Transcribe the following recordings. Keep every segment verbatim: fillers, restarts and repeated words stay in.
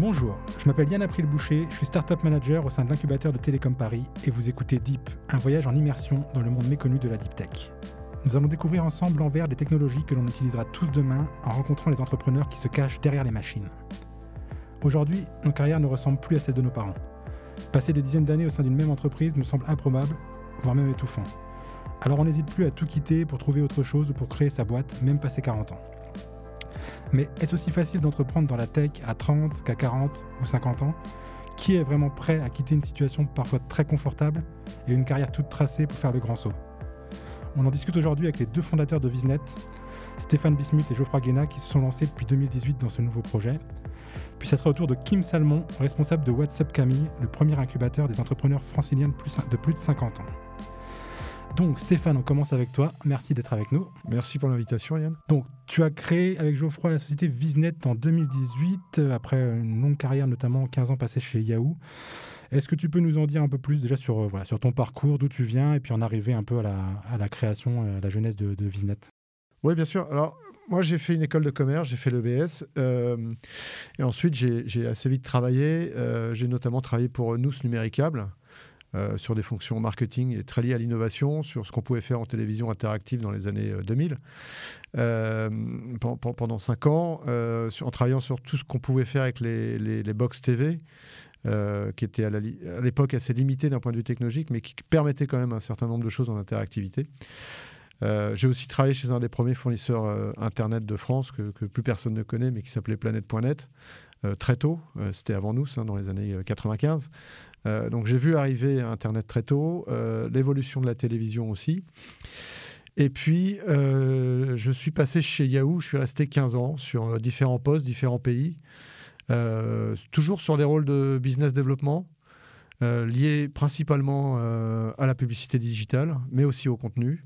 Bonjour, je m'appelle Yann April-Boucher, je suis Startup Manager au sein de l'incubateur de Télécom Paris et vous écoutez Deep, un voyage en immersion dans le monde méconnu de la Deep Tech. Nous allons découvrir ensemble l'envers des technologies que l'on utilisera tous demain en rencontrant les entrepreneurs qui se cachent derrière les machines. Aujourd'hui, nos carrières ne ressemblent plus à celles de nos parents. Passer des dizaines d'années au sein d'une même entreprise nous semble improbable, voire même étouffant. Alors on n'hésite plus à tout quitter pour trouver autre chose ou pour créer sa boîte, même passé quarante ans. Mais est-ce aussi facile d'entreprendre dans la tech à trente qu'à quarante ou cinquante ans ? Qui est vraiment prêt à quitter une situation parfois très confortable et une carrière toute tracée pour faire le grand saut ? On en discute aujourd'hui avec les deux fondateurs de Visnet, Stéphane Bismuth et Geoffroy Guénat, qui se sont lancés depuis deux mille dix-huit dans ce nouveau projet. Puis ça sera au tour de Kim Salmon, responsable de WhatsApp Camille, le premier incubateur des entrepreneurs franciliens de plus de, plus de cinquante ans. Donc Stéphane, on commence avec toi. Merci d'être avec nous. Merci pour l'invitation, Yann. Donc tu as créé avec Geoffroy la société Visnet en deux mille dix-huit, après une longue carrière, notamment quinze ans passés chez Yahoo. Est-ce que tu peux nous en dire un peu plus déjà sur, euh, voilà, sur ton parcours, d'où tu viens, et puis en arriver un peu à la, à la création, à la genèse de, de Visnet ? Oui, bien sûr. Alors, moi, j'ai fait une école de commerce, j'ai fait l'E B S, euh, et ensuite, j'ai, j'ai assez vite travaillé. Euh, j'ai notamment travaillé pour Nous Numéricable, euh, sur des fonctions marketing et très liées à l'innovation, sur ce qu'on pouvait faire en télévision interactive dans les années deux mille. Euh, pendant cinq ans, euh, en travaillant sur tout ce qu'on pouvait faire avec les, les, les box T V, Euh, qui était à, la li- à l'époque assez limité d'un point de vue technologique, mais qui permettait quand même un certain nombre de choses en interactivité. Euh, j'ai aussi travaillé chez un des premiers fournisseurs euh, Internet de France, que, que plus personne ne connaît, mais qui s'appelait Planète point net, euh, très tôt. Euh, c'était avant nous, ça, dans les années quatre-vingt-quinze. Euh, donc j'ai vu arriver Internet très tôt, euh, l'évolution de la télévision aussi. Et puis, euh, je suis passé chez Yahoo, je suis resté quinze ans sur différents postes, différents pays. Euh, toujours sur des rôles de business développement, euh, liés principalement euh, à la publicité digitale, mais aussi au contenu.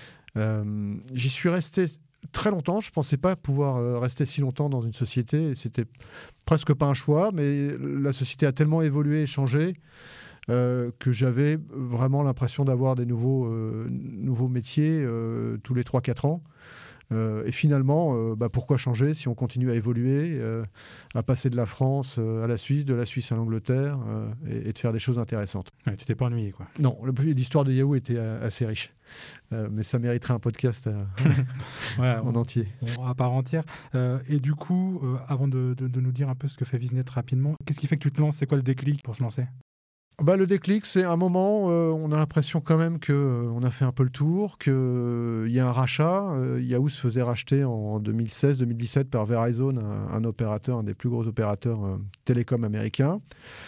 Euh, j'y suis resté très longtemps. Je ne pensais pas pouvoir euh, rester si longtemps dans une société. C'était presque pas un choix, mais la société a tellement évolué et changé euh, que j'avais vraiment l'impression d'avoir des nouveaux, euh, nouveaux métiers euh, tous les trois quatre ans. Euh, et finalement, euh, bah, pourquoi changer si on continue à évoluer, euh, à passer de la France euh, à la Suisse, de la Suisse à l'Angleterre, euh, et, et de faire des choses intéressantes. Ouais, tu t'es pas ennuyé, quoi. Non, le, l'histoire de Yahoo était euh, assez riche, euh, mais ça mériterait un podcast euh, ouais, en on, entier. On, à part entière. Euh, et du coup, euh, avant de, de, de nous dire un peu ce que fait Visnet rapidement, qu'est-ce qui fait que tu te lances ? C'est quoi le déclic pour se lancer ? Bah, le déclic, c'est un moment, euh, on a l'impression quand même qu'on euh, a fait un peu le tour, qu'il euh, y a un rachat. Euh, Yahoo se faisait racheter en deux mille seize deux mille dix-sept par Verizon, un, un opérateur, un des plus gros opérateurs euh, télécoms américains.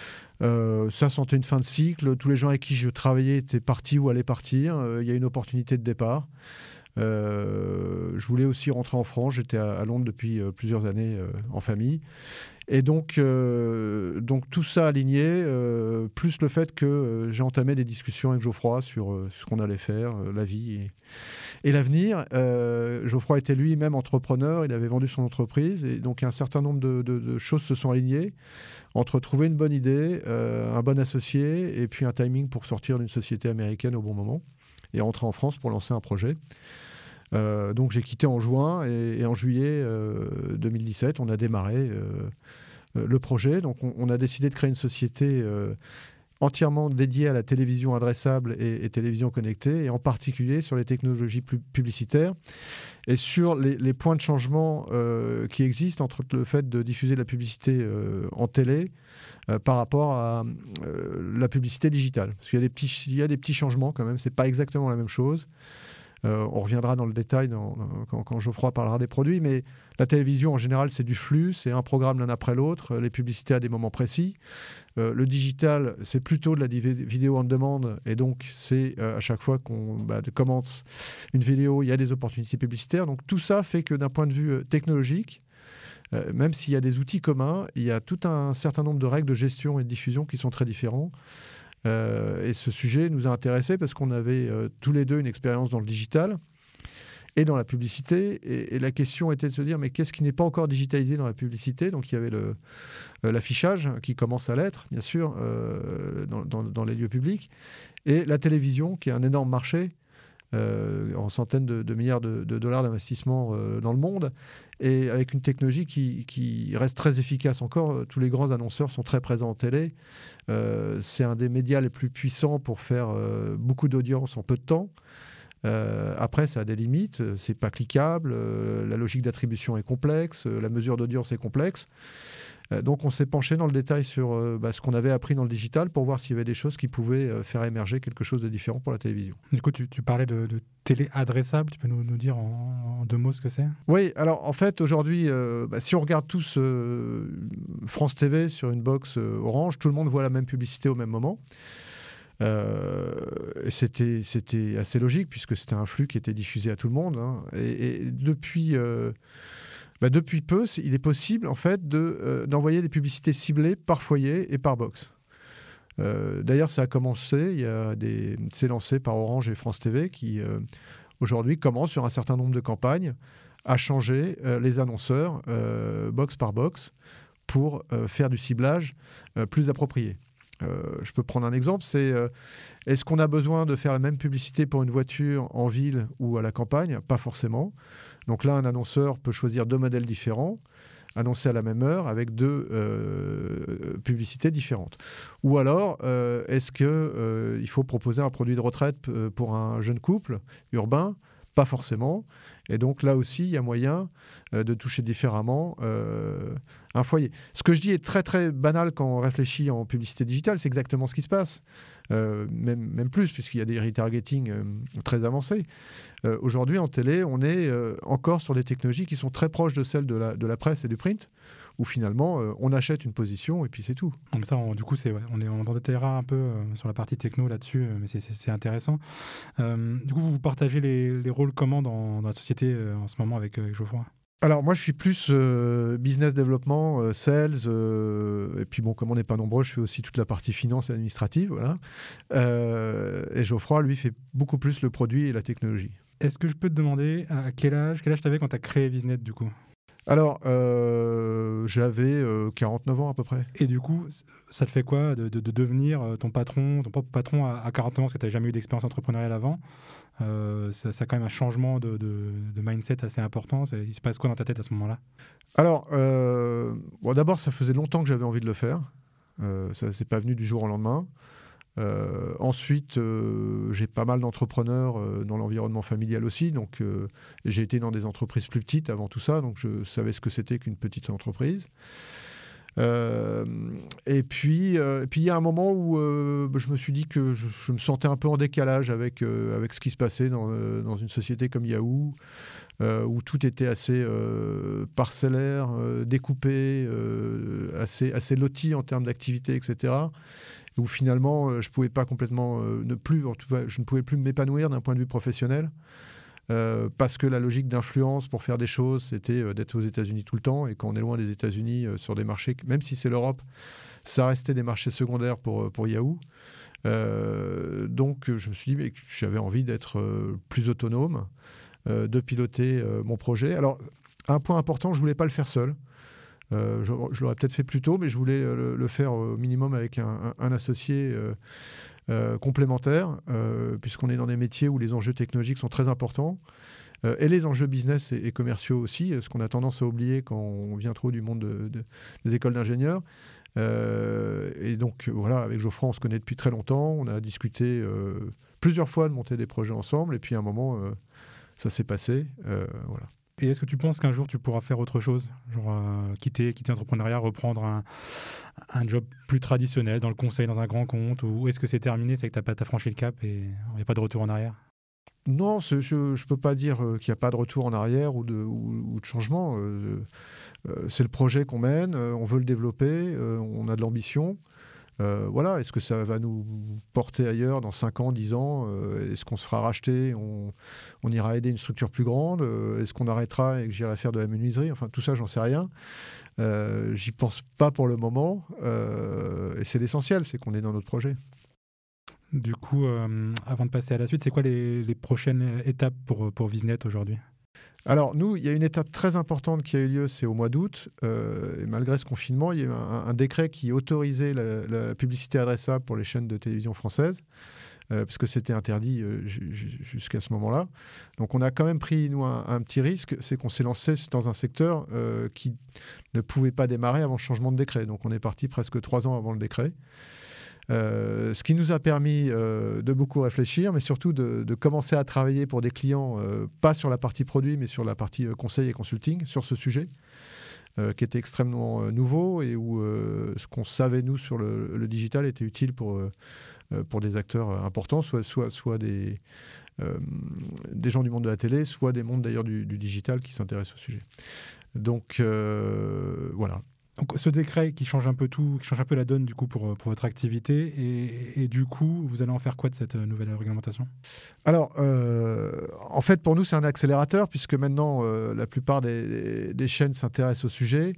Euh, ça sentait une fin de cycle. Tous les gens avec qui je travaillais étaient partis ou allaient partir. Euh, il y a une opportunité de départ. Euh, je voulais aussi rentrer en France. J'étais à, à Londres depuis euh, plusieurs années euh, en famille. Et donc, euh, donc tout ça aligné, euh, plus le fait que euh, j'ai entamé des discussions avec Geoffroy sur euh, ce qu'on allait faire, euh, la vie et, et l'avenir. Euh, Geoffroy était lui-même entrepreneur, il avait vendu son entreprise, et donc un certain nombre de, de, de choses se sont alignées entre trouver une bonne idée, euh, un bon associé, et puis un timing pour sortir d'une société américaine au bon moment, et rentrer en France pour lancer un projet. Euh, donc j'ai quitté en juin et, et en juillet euh, deux mille dix-sept, on a démarré euh, euh, le projet. Donc on, on a décidé de créer une société euh, entièrement dédiée à la télévision adressable et, et télévision connectée, et en particulier sur les technologies pu- publicitaires et sur les, les points de changement euh, qui existent entre le fait de diffuser la publicité euh, en télé euh, par rapport à euh, la publicité digitale. Parce qu'il y a des petits, il y a des petits changements quand même, c'est pas exactement la même chose. Euh, on reviendra dans le détail dans, dans, quand, quand Geoffroy parlera des produits, mais la télévision en général c'est du flux, c'est un programme l'un après l'autre, les publicités à des moments précis. Euh, le digital c'est plutôt de la div- vidéo on demande, et donc c'est euh, à chaque fois qu'on bah, commence une vidéo, il y a des opportunités publicitaires. Donc tout ça fait que d'un point de vue euh, technologique, euh, même s'il y a des outils communs, il y a tout un certain nombre de règles de gestion et de diffusion qui sont très différents. Euh, et ce sujet nous a intéressés parce qu'on avait euh, tous les deux une expérience dans le digital et dans la publicité. Et, et la question était de se dire, mais qu'est-ce qui n'est pas encore digitalisé dans la publicité ? Donc il y avait le, euh, l'affichage qui commence à l'être, bien sûr, euh, dans, dans, dans les lieux publics. Et la télévision, qui est un énorme marché, euh, en centaines de, de milliards de, de dollars d'investissement euh, dans le monde, et avec une technologie qui, qui reste très efficace encore. Tous les grands annonceurs sont très présents en télé. Euh, c'est un des médias les plus puissants pour faire euh, beaucoup d'audience en peu de temps. Euh, après, ça a des limites, c'est pas cliquable, euh, la logique d'attribution est complexe, euh, la mesure d'audience est complexe. Euh, donc, on s'est penché dans le détail sur euh, bah, ce qu'on avait appris dans le digital pour voir s'il y avait des choses qui pouvaient euh, faire émerger quelque chose de différent pour la télévision. Du coup, tu, tu parlais de, de télé adressable, tu peux nous, nous dire en, en deux mots ce que c'est ? Oui, alors en fait, aujourd'hui, euh, bah, si on regarde tous euh, France T V sur une box euh, Orange, tout le monde voit la même publicité au même moment. Euh, et c'était, c'était assez logique puisque c'était un flux qui était diffusé à tout le monde. Hein. Et, et depuis, euh, bah depuis peu, il est possible en fait de, euh, d'envoyer des publicités ciblées par foyer et par box. Euh, d'ailleurs, ça a commencé, il y a des, c'est lancé par Orange et France T V qui euh, aujourd'hui commencent sur un certain nombre de campagnes à changer euh, les annonceurs euh, box par box pour euh, faire du ciblage euh, plus approprié. Euh, je peux prendre un exemple, c'est euh, est-ce qu'on a besoin de faire la même publicité pour une voiture en ville ou à la campagne ? Pas forcément. Donc là, un annonceur peut choisir deux modèles différents, annoncés à la même heure avec deux euh, publicités différentes. Ou alors, euh, est-ce qu'il euh, faut proposer un produit de retraite pour un jeune couple urbain ? Pas forcément. Et donc là aussi, il y a moyen euh, de toucher différemment euh, un foyer. Ce que je dis est très très banal quand on réfléchit en publicité digitale, c'est exactement ce qui se passe. Euh, même, même plus, puisqu'il y a des retargeting euh, très avancés. Euh, aujourd'hui, en télé, on est euh, encore sur des technologies qui sont très proches de celles de la, de la presse et du print, où finalement, euh, on achète une position et puis c'est tout. Comme ça, on, du coup, c'est, ouais, on, est, on en détaillera un peu euh, sur la partie techno là-dessus, euh, mais c'est, c'est, c'est intéressant. Euh, du coup, vous, vous partagez les, les rôles comment dans, dans la société euh, en ce moment avec, avec Geoffroy ? Alors moi je suis plus euh, business développement, euh, sales, euh, et puis bon comme on n'est pas nombreux, je fais aussi toute la partie finance et administrative, voilà. Euh, et Geoffroy lui fait beaucoup plus le produit et la technologie. Est-ce que je peux te demander à quel âge, quel âge tu avais quand tu as créé Visnet du coup ? Alors euh, j'avais euh, quarante-neuf ans à peu près. Et du coup, ça te fait quoi de, de, de devenir ton patron, ton propre patron à, à quarante-neuf ans parce que tu n'avais jamais eu d'expérience entrepreneuriale avant ? Euh, ça, ça a quand même un changement de, de, de mindset assez important. C'est, il se passe quoi dans ta tête à ce moment-là ? Alors, euh, bon, d'abord, ça faisait longtemps que j'avais envie de le faire. Euh, ça s'est pas venu du jour au lendemain. Euh, ensuite, euh, j'ai pas mal d'entrepreneurs euh, dans l'environnement familial aussi. Donc, euh, j'ai été dans des entreprises plus petites avant tout ça. Donc, je savais ce que c'était qu'une petite entreprise. Euh, et puis, euh, et puis il y a un moment où euh, je me suis dit que je, je me sentais un peu en décalage avec, euh, avec ce qui se passait dans, euh, dans une société comme Yahoo, euh, où tout était assez euh, parcellaire, euh, découpé, euh, assez, assez loti en termes d'activité, et cetera. Où finalement, euh, je pouvais pas complètement, euh, ne plus, en tout cas, je ne pouvais plus m'épanouir d'un point de vue professionnel. Euh, parce que la logique d'influence pour faire des choses, c'était euh, d'être aux États-Unis tout le temps. Et quand on est loin des États-Unis, euh, sur des marchés, même si c'est l'Europe, ça restait des marchés secondaires pour, pour Yahoo. Euh, donc, je me suis dit mais, que j'avais envie d'être euh, plus autonome, euh, de piloter euh, mon projet. Alors, un point important, je ne voulais pas le faire seul. Euh, je, je l'aurais peut-être fait plus tôt, mais je voulais euh, le, le faire au minimum avec un, un, un associé euh, euh, complémentaire, euh, puisqu'on est dans des métiers où les enjeux technologiques sont très importants, euh, et les enjeux business et, et commerciaux aussi, ce qu'on a tendance à oublier quand on vient trop du monde de, de, des écoles d'ingénieurs. Euh, et donc voilà, avec Geoffroy, on se connaît depuis très longtemps, on a discuté euh, plusieurs fois de monter des projets ensemble, et puis à un moment, euh, ça s'est passé, euh, voilà. Et est-ce que tu penses qu'un jour tu pourras faire autre chose, genre euh, quitter, quitter l'entrepreneuriat, reprendre un, un job plus traditionnel dans le conseil, dans un grand compte, ou est-ce que c'est terminé, c'est que tu as, t'as franchi le cap et il n'y a pas de retour en arrière ? Non, je ne peux pas dire euh, qu'il n'y a pas de retour en arrière ou de, ou, ou de changement. Euh, euh, c'est le projet qu'on mène, euh, on veut le développer, euh, on a de l'ambition. Euh, voilà, est-ce que ça va nous porter ailleurs dans cinq ans, dix ans euh, Est-ce qu'on se fera racheter, on, on ira aider une structure plus grande euh, Est-ce qu'on arrêtera et que j'irai faire de la menuiserie Enfin, tout ça, j'en sais rien. Euh, j'y pense pas pour le moment. Euh, et c'est l'essentiel, c'est qu'on est dans notre projet. Du coup, euh, avant de passer à la suite, c'est quoi les, les prochaines étapes pour, pour Visnet aujourd'hui ? Alors, nous, il y a une étape très importante qui a eu lieu, c'est au mois d'août. Euh, et malgré ce confinement, il y a eu un, un décret qui autorisait la, la publicité adressable pour les chaînes de télévision françaises. euh, parce que c'était interdit euh, j- jusqu'à ce moment-là. Donc on a quand même pris, nous, un, un petit risque, c'est qu'on s'est lancé dans un secteur euh, qui ne pouvait pas démarrer avant le changement de décret. Donc on est parti presque trois ans avant le décret. Euh, ce qui nous a permis euh, de beaucoup réfléchir, mais surtout de, de commencer à travailler pour des clients, euh, pas sur la partie produit, mais sur la partie euh, conseil et consulting, sur ce sujet, euh, qui était extrêmement euh, nouveau et où euh, ce qu'on savait, nous, sur le, le digital était utile pour, euh, pour des acteurs importants, soit, soit, soit des, euh, des gens du monde de la télé, soit des mondes d'ailleurs du, du digital qui s'intéressent au sujet. Donc, euh, voilà. Donc, ce décret qui change un peu tout, qui change un peu la donne du coup pour, pour votre activité, et, et du coup, vous allez en faire quoi de cette nouvelle réglementation ? Alors, euh, en fait, pour nous, c'est un accélérateur, puisque maintenant, euh, la plupart des, des chaînes s'intéressent au sujet.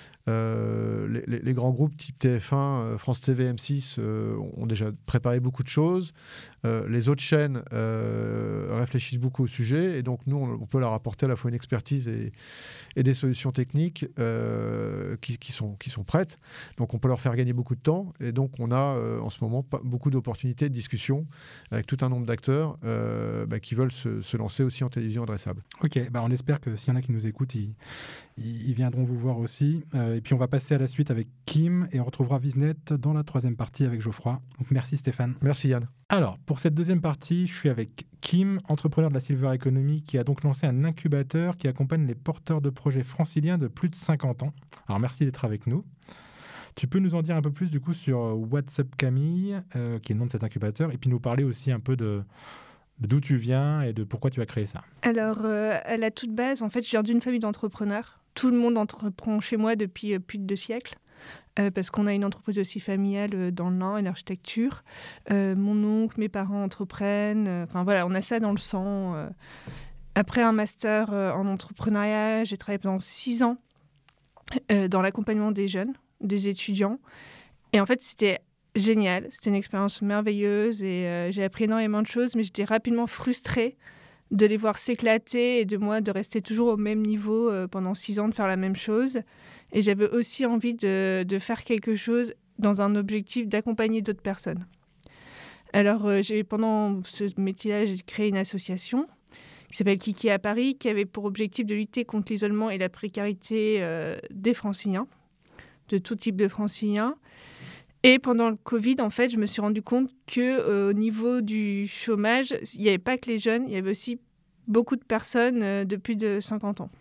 Euh, les, les, les grands groupes type T F un, euh, France T V, M six euh, ont déjà préparé beaucoup de choses. Euh, les autres chaînes euh, réfléchissent beaucoup au sujet, et donc nous, on, on peut leur apporter à la fois une expertise et, et des solutions techniques euh, qui, qui, sont, qui sont prêtes. Donc on peut leur faire gagner beaucoup de temps, et donc on a euh, en ce moment pas, beaucoup d'opportunités de discussion avec tout un nombre d'acteurs euh, bah, qui veulent se, se lancer aussi en télévision adressable. Ok, bah on espère que s'il y en a qui nous écoutent, ils, ils viendront vous voir aussi. Euh, et puis on va passer à la suite avec Kim, et on retrouvera Visnet dans la troisième partie avec Geoffroy. Donc merci Stéphane. Merci Yann. Alors, pour cette deuxième partie, je suis avec Kim, entrepreneur de la Silver Economy, qui a donc lancé un incubateur qui accompagne les porteurs de projets franciliens de plus de cinquante ans. Alors, merci d'être avec nous. Tu peux nous en dire un peu plus, du coup, sur What's Up Camille, euh, qui est le nom de cet incubateur, et puis nous parler aussi un peu de d'où tu viens et de pourquoi tu as créé ça. Alors, euh, à la toute base, en fait, je viens d'une famille d'entrepreneurs. Tout le monde entreprend chez moi depuis euh, plus de deux siècles. Euh, parce qu'on a une entreprise aussi familiale euh, dans le Nord, une architecture. Euh, mon oncle, mes parents entreprennent. Enfin euh, voilà, on a ça dans le sang. Euh. Après un master euh, en entrepreneuriat, j'ai travaillé pendant six ans euh, dans l'accompagnement des jeunes, des étudiants. Et en fait, c'était génial. C'était une expérience merveilleuse et euh, j'ai appris énormément de choses, mais j'étais rapidement frustrée de les voir s'éclater et de moi de rester toujours au même niveau euh, pendant six ans, de faire la même chose. Et j'avais aussi envie de, de faire quelque chose dans un objectif d'accompagner d'autres personnes. Alors, euh, j'ai, pendant ce métier-là, j'ai créé une association qui s'appelle Kiki à Paris, qui avait pour objectif de lutter contre l'isolement et la précarité euh, des franciliens, de tout type de franciliens. Et pendant le Covid, en fait, je me suis rendu compte qu'au euh, niveau du chômage, il n'y avait pas que les jeunes, il y avait aussi beaucoup de personnes euh, de plus de cinquante ans.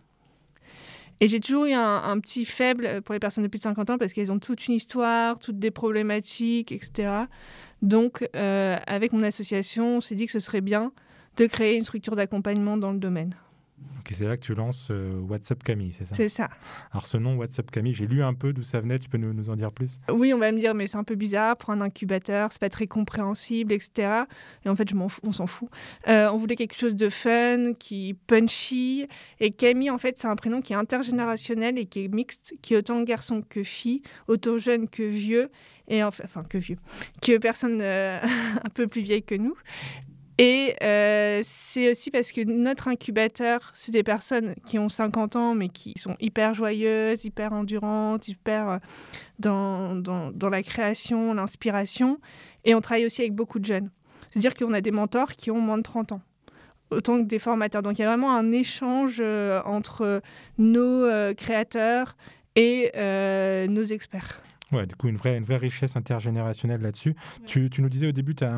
Et j'ai toujours eu un, un petit faible pour les personnes de plus de cinquante ans parce qu'elles ont toute une histoire, toutes des problématiques, et cetera. Donc, euh, avec mon association, on s'est dit que ce serait bien de créer une structure d'accompagnement dans le domaine. Okay, c'est là que tu lances euh, What's Up Camille, c'est ça ? C'est ça. Alors ce nom What's Up Camille, j'ai lu un peu d'où ça venait, tu peux nous, nous en dire plus ? Oui, on va me dire, mais c'est un peu bizarre pour un incubateur, c'est pas très compréhensible, et cetera. Et en fait, je m'en fous, on s'en fout. Euh, on voulait quelque chose de fun, qui punchy. Et Camille, en fait, c'est un prénom qui est intergénérationnel et qui est mixte, qui est autant garçon que fille, autant jeune que vieux, et enfin, enfin que vieux, que personne euh, un peu plus vieille que nous. Et euh, c'est aussi parce que notre incubateur, c'est des personnes qui ont cinquante ans, mais qui sont hyper joyeuses, hyper endurantes, hyper dans, dans, dans la création, l'inspiration. Et on travaille aussi avec beaucoup de jeunes. C'est-à-dire qu'on a des mentors qui ont moins de trente ans, autant que des formateurs. Donc il y a vraiment un échange euh, entre nos euh, créateurs et euh, nos experts. Ouais, du coup, une vraie, une vraie richesse intergénérationnelle là-dessus. Ouais. Tu, tu nous disais au début, tu as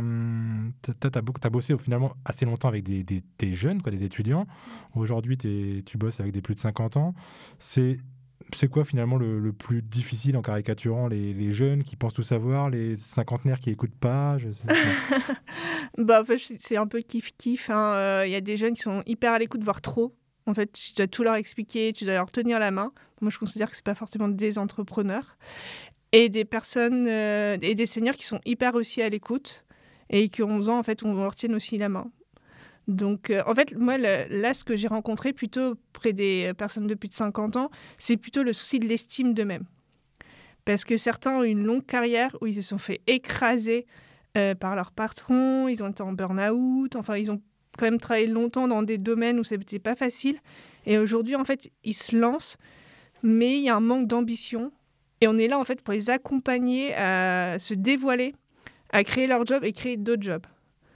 bossé finalement assez longtemps avec des, des, des jeunes, quoi, des étudiants. Aujourd'hui, tu bosses avec des plus de cinquante ans. C'est quoi finalement le, le plus difficile en caricaturant les, les jeunes qui pensent tout savoir, les cinquantenaires qui n'écoutent pas je sais bah, en fait, c'est un peu kiff-kiff. Hein. Euh, y a des jeunes qui sont hyper à l'écoute, voire trop. En fait, tu dois tout leur expliquer, tu dois leur tenir la main. Moi, je considère que ce n'est pas forcément des entrepreneurs. Et des personnes euh, et des seniors qui sont hyper aussi à l'écoute et qui ont onze ans, en fait, on leur tient aussi la main. Donc, euh, en fait, moi, le, là, ce que j'ai rencontré plutôt près des personnes de plus de cinquante ans, c'est plutôt le souci de l'estime d'eux-mêmes. Parce que certains ont une longue carrière où ils se sont fait écraser euh, par leur patron, ils ont été en burn-out, enfin, ils ont quand même travaillé longtemps dans des domaines où ça n'était pas facile. Et aujourd'hui, en fait, ils se lancent, mais il y a un manque d'ambition. Et on est là, en fait, pour les accompagner à se dévoiler, à créer leur job et créer d'autres jobs.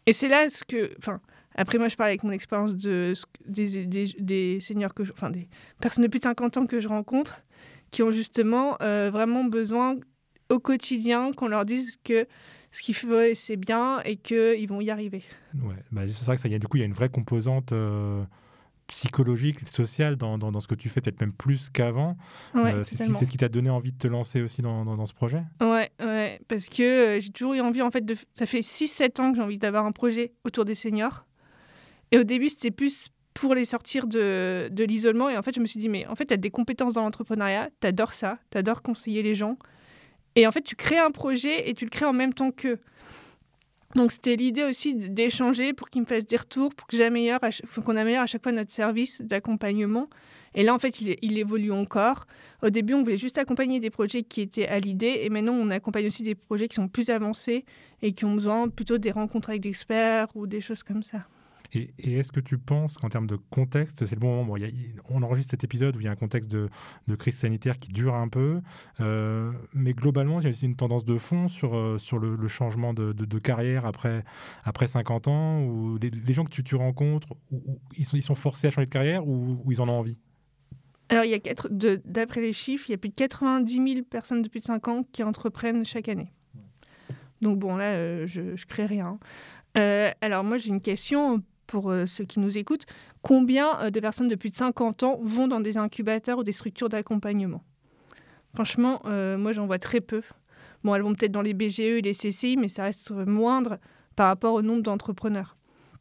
Et c'est là ce que... Enfin, après, moi, je parle avec mon expérience de, des, des, des seniors, que je, enfin, des personnes de plus de cinquante ans que je rencontre, qui ont justement euh, vraiment besoin au quotidien qu'on leur dise que ce qu'ils font, c'est bien et qu'ils vont y arriver. Ouais, bah, c'est vrai que ça, y a, du coup, il y a une vraie composante euh, psychologique, sociale dans, dans, dans ce que tu fais, peut-être même plus qu'avant. Ouais, euh, c'est, c'est ce qui t'a donné envie de te lancer aussi dans, dans, dans ce projet ? Ouais, ouais, parce que euh, j'ai toujours eu envie, en fait, de... ça fait six sept ans que j'ai envie d'avoir un projet autour des seniors. Et au début, c'était plus pour les sortir de, de l'isolement. Et en fait, je me suis dit, mais en fait, tu as des compétences dans l'entrepreneuriat, tu adores ça, tu adores conseiller les gens. Et en fait, tu crées un projet et tu le crées en même temps qu'eux. Donc, c'était l'idée aussi d'échanger pour qu'ils me fassent des retours, pour que j'améliore, qu'on améliore à chaque fois notre service d'accompagnement. Et là, en fait, il, il évolue encore. Au début, on voulait juste accompagner des projets qui étaient à l'idée. Et maintenant, on accompagne aussi des projets qui sont plus avancés et qui ont besoin plutôt des rencontres avec des experts ou des choses comme ça. Et, et est-ce que tu penses qu'en termes de contexte, c'est le bon moment bon, y a, y, on enregistre cet épisode où il y a un contexte de, de crise sanitaire qui dure un peu, euh, mais globalement, il y a aussi une tendance de fond sur, euh, sur le, le changement de, de, de carrière après, après cinquante ans, où les, les gens que tu, tu rencontres, où, où ils, sont, ils sont forcés à changer de carrière ou, ou ils en ont envie ? Alors, il y a quatre, de, d'après les chiffres, il y a plus de quatre-vingt-dix mille personnes de plus de cinq ans qui entreprennent chaque année. Donc bon, là, euh, je ne crée rien. Euh, alors moi, j'ai une question pour euh, ceux qui nous écoutent. Combien euh, de personnes de plus de cinquante ans vont dans des incubateurs ou des structures d'accompagnement ? Franchement, euh, moi, j'en vois très peu. Bon, elles vont peut-être dans les B G E et les C C I, mais ça reste moindre par rapport au nombre d'entrepreneurs.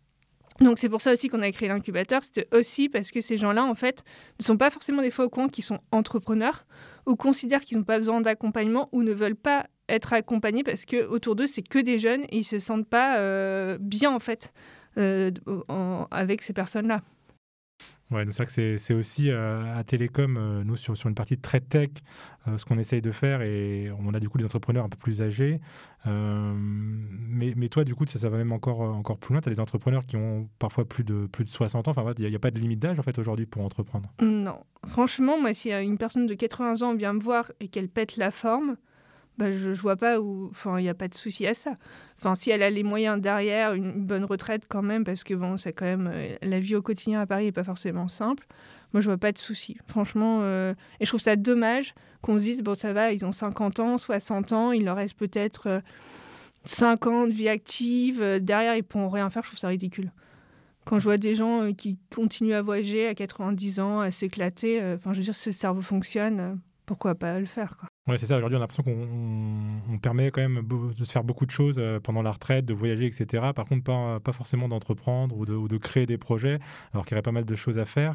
Donc, c'est pour ça aussi qu'on a créé l'incubateur. C'était aussi parce que ces gens-là, en fait, ne sont pas forcément des fois au courant qu'ils sont entrepreneurs ou considèrent qu'ils n'ont pas besoin d'accompagnement ou ne veulent pas être accompagnés parce qu'autour d'eux, c'est que des jeunes et ils ne se sentent pas euh, bien, en fait, euh, en, avec ces personnes-là. Ouais, donc c'est vrai que c'est, c'est aussi euh, à Télécom, euh, nous, sur, sur une partie très tech, euh, ce qu'on essaye de faire, et on a du coup des entrepreneurs un peu plus âgés. Euh, mais, mais toi, du coup, ça, ça va même encore, encore plus loin. Tu as des entrepreneurs qui ont parfois plus de, plus de soixante ans. Enfin, il n'y a, a pas de limite d'âge, en fait, aujourd'hui, pour entreprendre. Non. Franchement, moi, si une personne de quatre-vingts ans vient me voir et qu'elle pète la forme, bah, je ne vois pas où... Enfin, il n'y a pas de souci à ça. Enfin, si elle a les moyens derrière, une bonne retraite quand même, parce que bon, c'est quand même... La vie au quotidien à Paris n'est pas forcément simple. Moi, je ne vois pas de souci. Franchement, euh... et je trouve ça dommage qu'on se dise, bon, ça va, ils ont cinquante ans, soixante ans, il leur reste peut-être euh, cinq ans de vie active. Euh, derrière, ils ne pourront rien faire. Je trouve ça ridicule. Quand je vois des gens euh, qui continuent à voyager à quatre-vingt-dix ans, à s'éclater, enfin, euh, je veux dire, si le cerveau fonctionne, euh, pourquoi pas le faire, quoi. Ouais, c'est ça. Aujourd'hui, on a l'impression qu'on on, on permet quand même de se faire beaucoup de choses euh, pendant la retraite, de voyager, et cetera. Par contre, pas, pas forcément d'entreprendre ou de, ou de créer des projets, alors qu'il y aurait pas mal de choses à faire.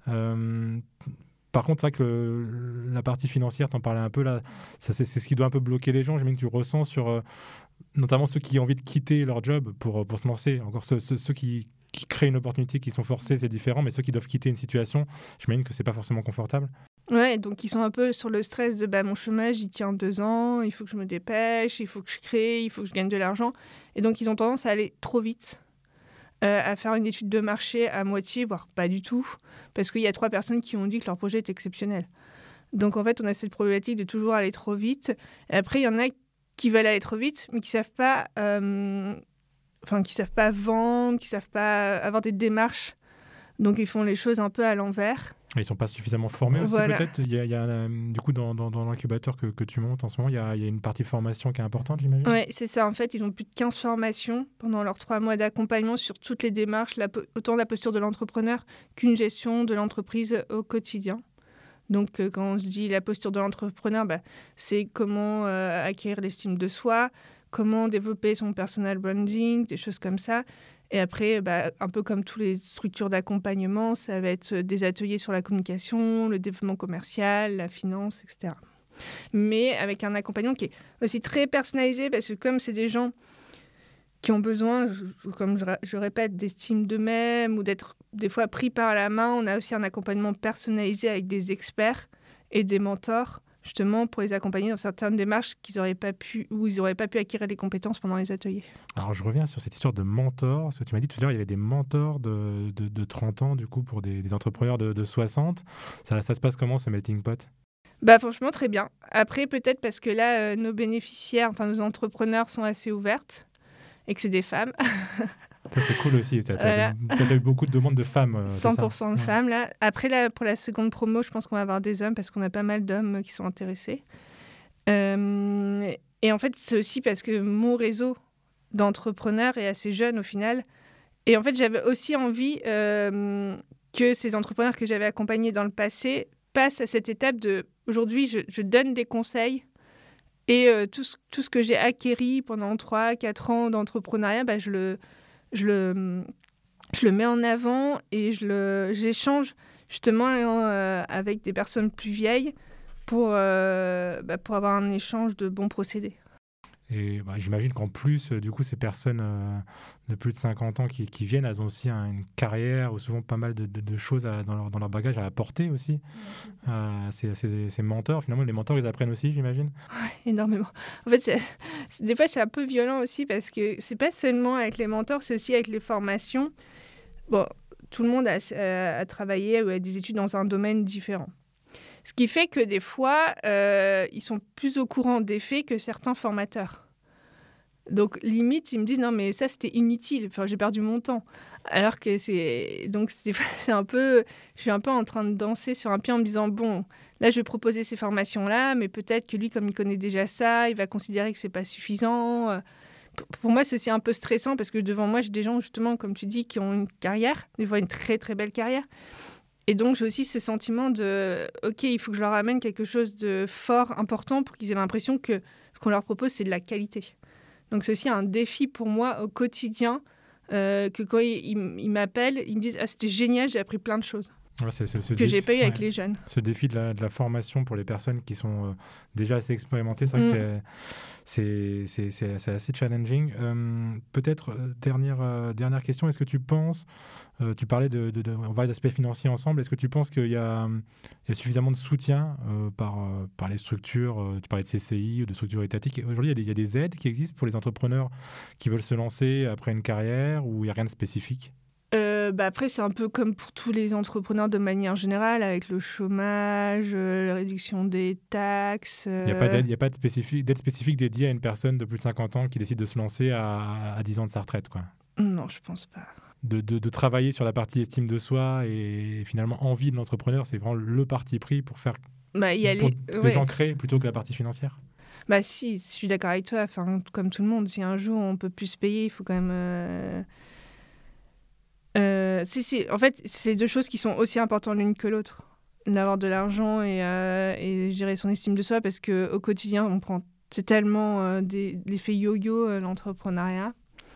Euh, par contre, c'est vrai que le, la partie financière, t'en parlais un peu là, ça, c'est, c'est ce qui doit un peu bloquer les gens. J'imagine que tu ressens sur euh, notamment ceux qui ont envie de quitter leur job pour, pour se lancer. Encore ceux, ceux, ceux qui, qui créent une opportunité, qui sont forcés, c'est différent, mais ceux qui doivent quitter une situation, j'imagine que c'est pas forcément confortable. Ouais, donc ils sont un peu sur le stress de bah, mon chômage, il tient deux ans, il faut que je me dépêche, il faut que je crée, il faut que je gagne de l'argent. Et donc ils ont tendance à aller trop vite, euh, à faire une étude de marché à moitié, voire pas du tout, parce qu'il y a trois personnes qui ont dit que leur projet est exceptionnel. Donc en fait, on a cette problématique de toujours aller trop vite. Et après, il y en a qui veulent aller trop vite, mais qui savent pas, euh, enfin, qui savent pas vendre, qui savent pas avoir des démarches. Donc ils font les choses un peu à l'envers. Ils ne sont pas suffisamment formés aussi, voilà. Peut-être. Il y a, il y a euh, du coup, dans, dans, dans l'incubateur que, que tu montes en ce moment, il y a, il y a une partie formation qui est importante, j'imagine. Oui, c'est ça. En fait, ils ont plus de quinze formations pendant leurs trois mois d'accompagnement sur toutes les démarches, la, autant la posture de l'entrepreneur qu'une gestion de l'entreprise au quotidien. Donc, euh, quand je dis la posture de l'entrepreneur, bah, c'est comment euh, acquérir l'estime de soi, comment développer son personal branding, des choses comme ça. Et après, bah, un peu comme toutes les structures d'accompagnement, ça va être des ateliers sur la communication, le développement commercial, la finance, et cetera. Mais avec un accompagnement qui est aussi très personnalisé, parce que comme c'est des gens qui ont besoin, comme je, je répète, d'estime d'eux-mêmes ou d'être des fois pris par la main, on a aussi un accompagnement personnalisé avec des experts et des mentors, justement pour les accompagner dans certaines démarches qu'ils auraient pas pu, où ils n'auraient pas pu acquérir les compétences pendant les ateliers. Alors je reviens sur cette histoire de mentors, parce que tu m'as dit tout à l'heure il y avait des mentors de, de, de trente ans, du coup pour des, des entrepreneurs de, de soixante. Ça, ça se passe comment ce melting pot ? Bah franchement très bien. Après peut-être parce que là euh, nos bénéficiaires, enfin nos entrepreneurs sont assez ouvertes. et que c'est des femmes. Ça, c'est cool aussi. Tu as, Voilà. eu beaucoup de demandes de femmes. Euh, cent pour cent de ouais. femmes. Là. Après, là, pour la seconde promo, je pense qu'on va avoir des hommes parce qu'on a pas mal d'hommes qui sont intéressés. Euh, et en fait, c'est aussi parce que mon réseau d'entrepreneurs est assez jeune au final. Et en fait, j'avais aussi envie euh, que ces entrepreneurs que j'avais accompagnés dans le passé passent à cette étape de... Aujourd'hui, je, je donne des conseils et euh, tout, ce, tout ce que j'ai acquéri pendant trois quatre ans d'entrepreneuriat, bah, je, le, je, le, je le mets en avant et je le, j'échange justement euh, avec des personnes plus vieilles pour, euh, bah, pour avoir un échange de bons procédés. Et bah, j'imagine qu'en plus, euh, du coup, ces personnes euh, de plus de cinquante ans qui, qui viennent, elles ont aussi un, une carrière ou souvent pas mal de, de, de choses à, dans, leur, dans leur bagage à apporter aussi. Mmh. Euh, ces, ces, ces mentors, finalement, les mentors, ils apprennent aussi, j'imagine. Ouais, énormément. En fait, c'est, c'est, des fois, c'est un peu violent aussi parce que c'est pas seulement avec les mentors, c'est aussi avec les formations. Bon, tout le monde a, a, a travaillé ou a des études dans un domaine différent. Ce qui fait que des fois, euh, ils sont plus au courant des faits que certains formateurs. Donc, limite, ils me disent « Non, mais ça, c'était inutile. Enfin, j'ai perdu mon temps. » Alors que c'est... Donc, c'est, c'est un peu... Je suis un peu en train de danser sur un pied en me disant « Bon, là, je vais proposer ces formations-là, mais peut-être que lui, comme il connaît déjà ça, il va considérer que c'est pas suffisant. » Pour moi, c'est aussi un peu stressant parce que devant moi, j'ai des gens, justement, comme tu dis, qui ont une carrière, des fois une très, très belle carrière. Et donc, j'ai aussi ce sentiment de « Ok, il faut que je leur amène quelque chose de fort, important, pour qu'ils aient l'impression que ce qu'on leur propose, c'est de la qualité. » Donc, c'est aussi un défi pour moi au quotidien, euh, que quand ils, ils, ils m'appellent, ils me disent « Ah, c'était génial, j'ai appris plein de choses. » Ouais, c'est, c'est, ce que défi, j'ai pas eu ouais. avec les jeunes. Ce défi de la, de la formation pour les personnes qui sont euh, déjà assez expérimentées, c'est vrai mmh. que c'est, c'est, c'est, c'est assez challenging. Euh, peut-être, euh, dernière, euh, dernière question, est-ce que tu penses, euh, tu parlais de, de, de, on va d'aspect financier ensemble, est-ce que tu penses qu'il y a, il y a suffisamment de soutien euh, par, euh, par les structures, euh, tu parlais de C C I ou de structures étatiques, aujourd'hui il y, a des, il y a des aides qui existent pour les entrepreneurs qui veulent se lancer après une carrière ou il n'y a rien de spécifique? Euh, bah après, c'est un peu comme pour tous les entrepreneurs de manière générale, avec le chômage, euh, la réduction des taxes. Euh... Il n'y a pas d'aide, il n'y a pas de spécifique, d'aide spécifique dédiée à une personne de plus de cinquante ans qui décide de se lancer à, à dix ans de sa retraite, quoi. Non, je pense pas. De, de, de travailler sur la partie estime de soi et finalement envie de l'entrepreneur, c'est vraiment le parti pris pour faire bah, y a pour les... que ouais. les gens créent plutôt que la partie financière. Bah si, je suis d'accord avec toi. Enfin, comme tout le monde, si un jour on peut plus se payer, il faut quand même... Euh... Euh, si, si. En fait, c'est deux choses qui sont aussi importantes l'une que l'autre. D'avoir de l'argent et, euh, et gérer son estime de soi, parce qu'au quotidien, on prend c'est tellement euh, des, l'effet yo-yo, euh, l'entrepreneuriat.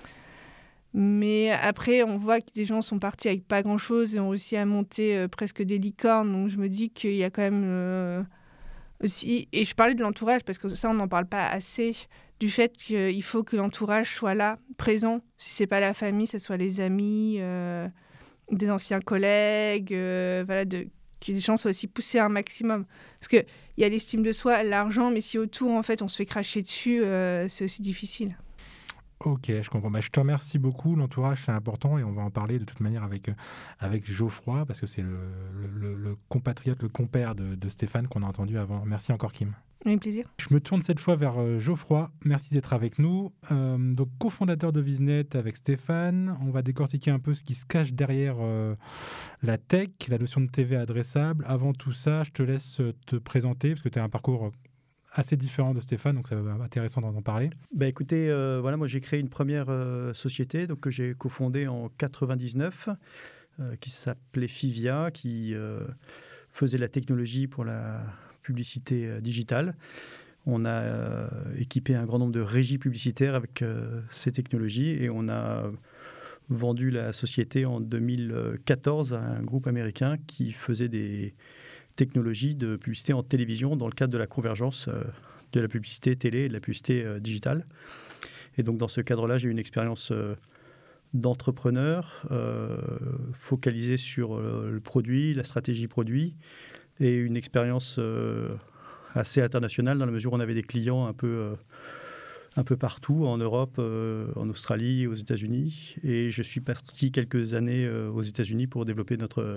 Mais après, on voit que des gens sont partis avec pas grand-chose et ont réussi à monter euh, presque des licornes. Donc, je me dis qu'il y a quand même euh, aussi... Et je parlais de l'entourage, parce que ça, on n'en parle pas assez, du fait qu'il faut que l'entourage soit là, présent. Si c'est pas la famille, ce soit les amis, euh, des anciens collègues, euh, voilà, de, que les gens soient aussi poussés un maximum. Parce qu'il y a l'estime de soi, l'argent, mais si autour, en fait, on se fait cracher dessus, euh, c'est aussi difficile. Ok, je comprends. Bah, je te remercie beaucoup. L'entourage, c'est important et on va en parler de toute manière avec, euh, avec Geoffroy, parce que c'est le, le, le compatriote, le compère de, de Stéphane qu'on a entendu avant. Merci encore, Kim. Avec plaisir. Je me tourne cette fois vers euh, Geoffroy. Merci d'être avec nous. Euh, donc, cofondateur de Visnet avec Stéphane. On va décortiquer un peu ce qui se cache derrière euh, la tech, la notion de T V adressable. Avant tout ça, je te laisse te présenter, parce que tu as un parcours assez différent de Stéphane, donc ça va être intéressant d'en parler. Bah écoutez, euh, voilà, moi j'ai créé une première euh, société donc, que j'ai cofondée en quatre-vingt-dix-neuf, euh, qui s'appelait Fivia, qui euh, faisait la technologie pour la publicité euh, digitale. On a euh, équipé un grand nombre de régies publicitaires avec euh, ces technologies et on a vendu la société en deux mille quatorze à un groupe américain qui faisait des technologies de publicité en télévision dans le cadre de la convergence euh, de la publicité télé et de la publicité euh, digitale. Et donc dans ce cadre-là, j'ai eu une expérience euh, d'entrepreneur euh, focalisée sur euh, le produit, la stratégie produit, et une expérience euh, assez internationale dans la mesure où on avait des clients un peu, euh, un peu partout, en Europe, euh, en Australie, aux États-Unis. Et je suis parti quelques années euh, aux États-Unis pour développer notre euh,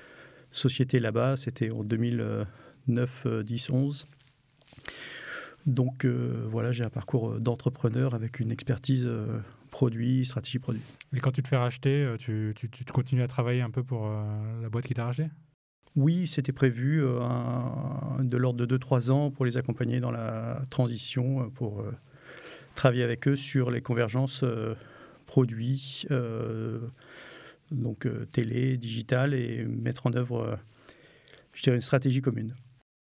société là-bas. C'était en deux mille neuf, dix, onze. Donc euh, voilà, j'ai un parcours d'entrepreneur avec une expertise euh, produit, stratégie produit. Et quand tu te fais racheter, tu, tu, tu continues à travailler un peu pour euh, la boîte qui t'a racheté ? Oui, c'était prévu euh, un, de l'ordre de deux à trois ans pour les accompagner dans la transition, pour euh, travailler avec eux sur les convergences euh, produits, euh, donc euh, télé, digital, et mettre en œuvre, euh, je dirais, une stratégie commune.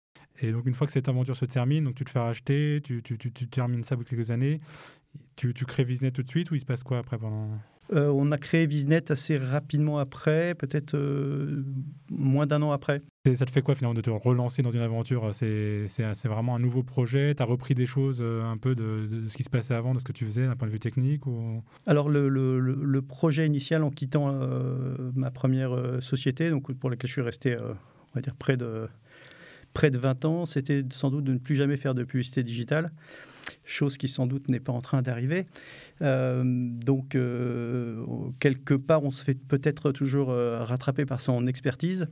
Et donc, une fois que cette aventure se termine, donc tu te fais racheter, tu, tu, tu, tu termines ça au bout de quelques années, tu, tu crées Visnet tout de suite ou il se passe quoi après pendant... euh, On a créé Visnet assez rapidement après, peut-être euh, moins d'un an après. Et ça te fait quoi finalement de te relancer dans une aventure ? C'est, c'est, c'est vraiment un nouveau projet ? Tu as repris des choses euh, un peu de, de ce qui se passait avant, de ce que tu faisais d'un point de vue technique ou... Alors, le, le, le projet initial en quittant euh, ma première euh, société, donc pour laquelle je suis resté, euh, on va dire, près de... près de vingt ans, c'était sans doute de ne plus jamais faire de publicité digitale, chose qui sans doute n'est pas en train d'arriver. Euh, donc, euh, quelque part, on se fait peut-être toujours euh, rattraper par son expertise,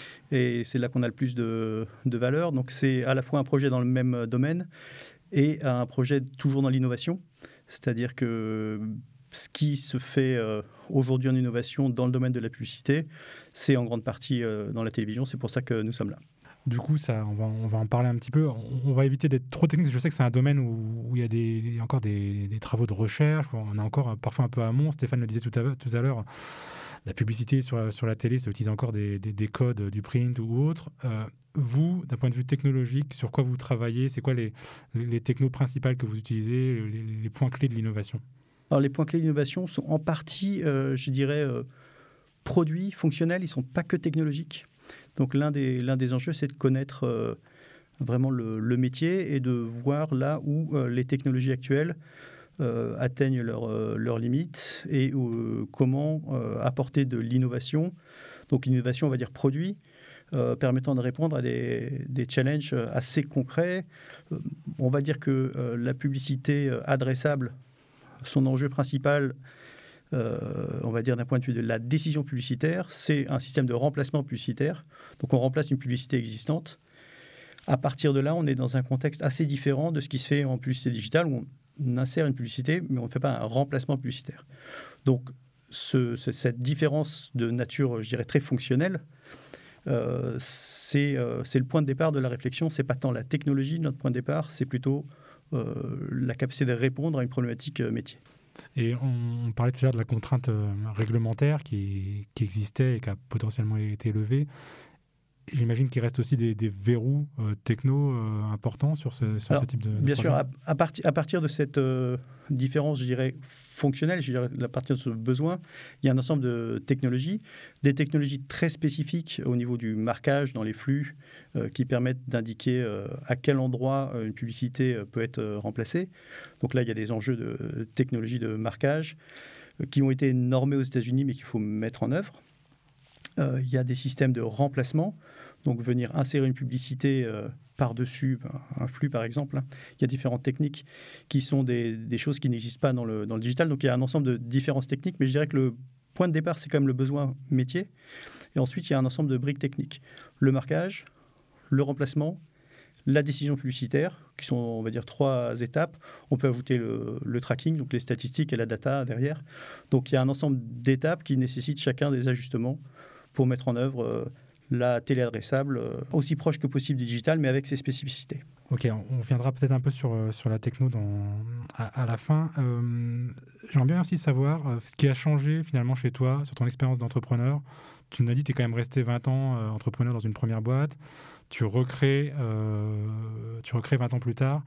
et c'est là qu'on a le plus de, de valeur. Donc, c'est à la fois un projet dans le même domaine et un projet toujours dans l'innovation, c'est-à-dire que ce qui se fait euh, aujourd'hui en innovation dans le domaine de la publicité, c'est en grande partie euh, dans la télévision, c'est pour ça que nous sommes là. Du coup, ça, on, va, on va en parler un petit peu. On, on va éviter d'être trop technique. Je sais que c'est un domaine où, où il y a des, encore des, des travaux de recherche. On est encore parfois un peu amont. Stéphane le disait tout à, tout à l'heure. La publicité sur, sur la télé, ça utilise encore des, des, des codes du print ou autre. Euh, vous, d'un point de vue technologique, sur quoi vous travaillez ? C'est quoi les, les technos principales que vous utilisez, les, les points clés de l'innovation ? Alors, les points clés de l'innovation sont en partie, euh, je dirais, euh, produits, fonctionnels. Ils ne sont pas que technologiques. Donc l'un des, l'un des enjeux, c'est de connaître euh, vraiment le, le métier et de voir là où euh, les technologies actuelles euh, atteignent leurs euh, leurs limites et euh, comment euh, apporter de l'innovation. Donc l'innovation, on va dire produit, euh, permettant de répondre à des, des challenges assez concrets. Euh, on va dire que euh, la publicité adressable, son enjeu principal, Euh, on va dire d'un point de vue de la décision publicitaire, c'est un système de remplacement publicitaire. Donc on remplace une publicité existante. À partir de là, on est dans un contexte assez différent de ce qui se fait en publicité digitale, où on insère une publicité, mais on ne fait pas un remplacement publicitaire. Donc ce, ce, cette différence de nature, je dirais, très fonctionnelle, euh, c'est, euh, c'est le point de départ de la réflexion. Ce n'est pas tant la technologie, notre point de départ, c'est plutôt euh, la capacité de répondre à une problématique euh, métier. Et on, on parlait tout à l'heure de la contrainte euh, réglementaire qui, qui existait et qui a potentiellement été levée. J'imagine qu'il reste aussi des, des verrous euh, techno euh, importants sur ce, sur Alors, ce type de, de bien projet. sûr, à, à, parti, à partir de cette euh, différence, je dirais, fonctionnelle, je dirais, à partir de ce besoin, il y a un ensemble de technologies, des technologies très spécifiques au niveau du marquage dans les flux euh, qui permettent d'indiquer euh, à quel endroit euh, une publicité euh, peut être euh, remplacée. Donc là, il y a des enjeux de technologie de marquage euh, qui ont été normés aux États-Unis, mais qu'il faut mettre en œuvre. Euh, il y a des systèmes de remplacement, donc venir insérer une publicité euh, par-dessus un flux, par exemple. Il y a différentes techniques qui sont des, des choses qui n'existent pas dans le, dans le digital. Donc il y a un ensemble de différences techniques, mais je dirais que le point de départ, c'est quand même le besoin métier. Et ensuite, il y a un ensemble de briques techniques. Le marquage, le remplacement, la décision publicitaire, qui sont, on va dire, trois étapes. On peut ajouter le, le tracking, donc les statistiques et la data derrière. Donc il y a un ensemble d'étapes qui nécessitent chacun des ajustements pour mettre en œuvre euh, la télé adressable euh, aussi proche que possible du digital, mais avec ses spécificités. Ok, on reviendra peut-être un peu sur, sur la techno dans, à, à la fin. Euh, j'aimerais bien aussi savoir euh, ce qui a changé finalement chez toi, sur ton expérience d'entrepreneur. Tu nous as dit que tu es quand même resté vingt ans euh, entrepreneur dans une première boîte. Tu recrées, euh, tu recrées vingt ans plus tard.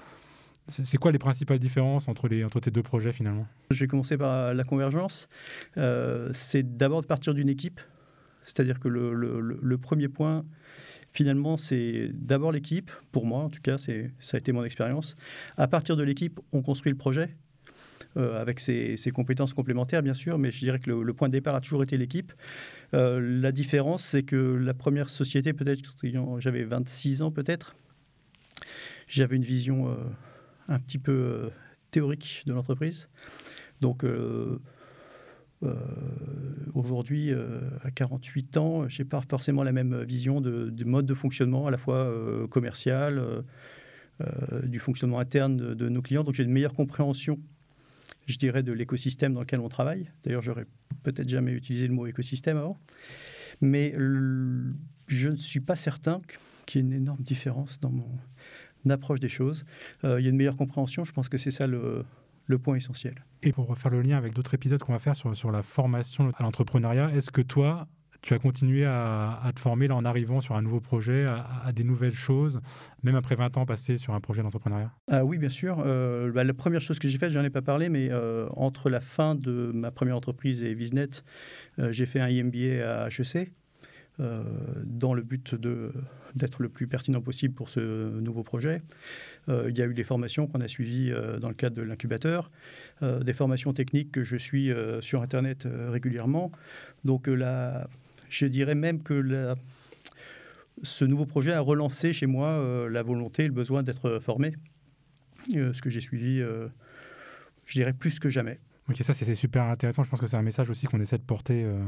C'est, c'est quoi les principales différences entre, les, entre tes deux projets finalement ? Je vais commencer par la convergence. Euh, c'est d'abord de partir d'une équipe. C'est-à-dire que le, le, le premier point, finalement, c'est d'abord l'équipe. Pour moi, en tout cas, c'est, ça a été mon expérience. À partir de l'équipe, on construit le projet euh, avec ses, ses compétences complémentaires, bien sûr, mais je dirais que le, le point de départ a toujours été l'équipe. Euh, la différence, c'est que la première société, peut-être, j'avais vingt-six ans peut-être, j'avais une vision euh, un petit peu euh, théorique de l'entreprise. Donc, euh, Euh, aujourd'hui, euh, à quarante-huit ans, je n'ai pas forcément la même vision de, de mode de fonctionnement, à la fois euh, commercial, euh, euh, du fonctionnement interne de, de nos clients. Donc j'ai une meilleure compréhension je dirais, de l'écosystème dans lequel on travaille. D'ailleurs, j'aurais peut-être jamais utilisé le mot écosystème avant. Mais le, je ne suis pas certain qu'il y ait une énorme différence dans mon approche des choses. Euh, il y a une meilleure compréhension, je pense que c'est ça le, le point essentiel. Et pour faire le lien avec d'autres épisodes qu'on va faire sur, sur la formation à l'entrepreneuriat, est-ce que toi, tu as continué à, à te former là, en arrivant sur un nouveau projet, à, à des nouvelles choses, même après vingt ans passés sur un projet d'entrepreneuriat? Ah oui, bien sûr. Euh, bah, la première chose que j'ai faite, je n'en ai pas parlé, mais euh, entre la fin de ma première entreprise et Visnet, euh, j'ai fait un I M B A à H E C, euh, dans le but de, d'être le plus pertinent possible pour ce nouveau projet. Euh, il y a eu des formations qu'on a suivies euh, dans le cadre de l'incubateur, euh, des formations techniques que je suis euh, sur Internet euh, régulièrement. Donc euh, la... Je dirais même que la... ce nouveau projet a relancé chez moi euh, la volonté et le besoin d'être formé, euh, ce que j'ai suivi, euh, je dirais, plus que jamais. Ok, ça c'est, c'est super intéressant. Je pense que c'est un message aussi qu'on essaie de porter euh,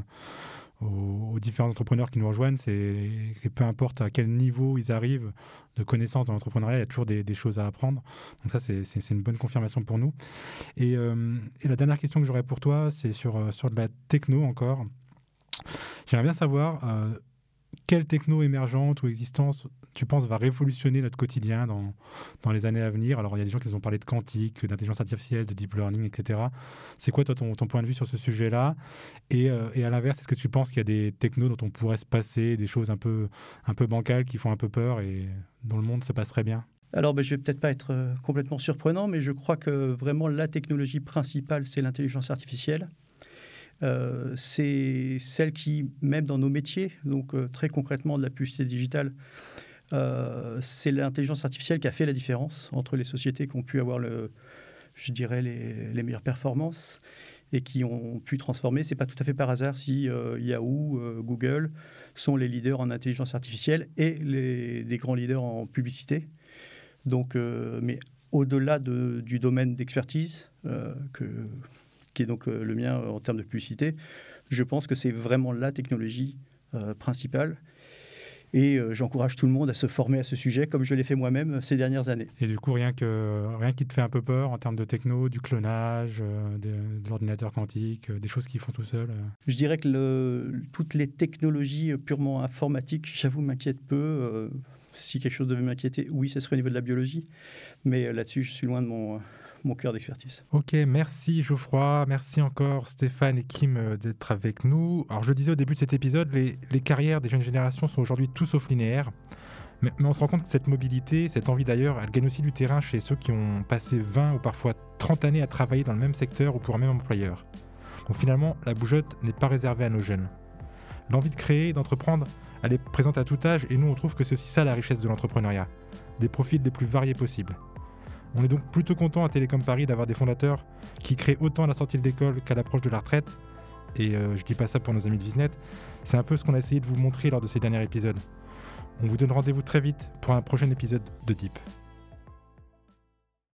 aux, aux différents entrepreneurs qui nous rejoignent. C'est, c'est peu importe à quel niveau ils arrivent de connaissance dans l'entrepreneuriat, il y a toujours des, des choses à apprendre. Donc ça, c'est, c'est, c'est une bonne confirmation pour nous. Et, euh, et la dernière question que j'aurais pour toi, c'est sur, sur de la techno encore. J'aimerais bien savoir euh, quelle techno émergente ou existence tu penses va révolutionner notre quotidien dans, dans les années à venir. Alors, il y a des gens qui nous ont parlé de quantique, d'intelligence artificielle, de deep learning, et cetera. C'est quoi, toi, ton, ton point de vue sur ce sujet-là? Et, euh, et à l'inverse, est-ce que tu penses qu'il y a des technos dont on pourrait se passer, des choses un peu, un peu bancales qui font un peu peur et dont le monde se passerait bien? Alors, ben, je ne vais peut-être pas être euh, complètement surprenant, mais je crois que vraiment la technologie principale, c'est l'intelligence artificielle. Euh, c'est celle qui, même dans nos métiers, donc euh, très concrètement de la publicité digitale, euh, c'est l'intelligence artificielle qui a fait la différence entre les sociétés qui ont pu avoir, le, je dirais, les, les meilleures performances et qui ont pu transformer. Ce n'est pas tout à fait par hasard si euh, Yahoo, euh, Google sont les leaders en intelligence artificielle et les, les grands leaders en publicité. Donc, euh, mais au-delà de, du domaine d'expertise euh, que... qui est donc euh, le mien euh, en termes de publicité, je pense que c'est vraiment la technologie euh, principale. Et euh, j'encourage tout le monde à se former à ce sujet, comme je l'ai fait moi-même ces dernières années. Et du coup, rien, que, rien qui te fait un peu peur en termes de techno, du clonage, euh, de, de l'ordinateur quantique, euh, des choses qui font tout seul euh. Je dirais que le, toutes les technologies purement informatiques, j'avoue, m'inquiètent peu. Euh, si quelque chose devait m'inquiéter, oui, ce serait au niveau de la biologie. Mais euh, là-dessus, je suis loin de mon... mon cœur d'expertise. Ok, merci Geoffroy, merci encore Stéphane et Kim d'être avec nous. Alors je le disais au début de cet épisode, les, les carrières des jeunes générations sont aujourd'hui tout sauf linéaires, mais, mais on se rend compte que cette mobilité, cette envie d'ailleurs, elle gagne aussi du terrain chez ceux qui ont passé vingt ou parfois trente années à travailler dans le même secteur ou pour un même employeur. Donc finalement, la bougeotte n'est pas réservée à nos jeunes. L'envie de créer, d'entreprendre, elle est présente à tout âge et nous on trouve que c'est aussi ça la richesse de l'entrepreneuriat, des profils les plus variés possibles. On est donc plutôt content à Télécom Paris d'avoir des fondateurs qui créent autant à la sortie de l'école qu'à l'approche de la retraite. Et euh, je dis pas ça pour nos amis de Visnet. C'est un peu ce qu'on a essayé de vous montrer lors de ces derniers épisodes. On vous donne rendez-vous très vite pour un prochain épisode de Deep.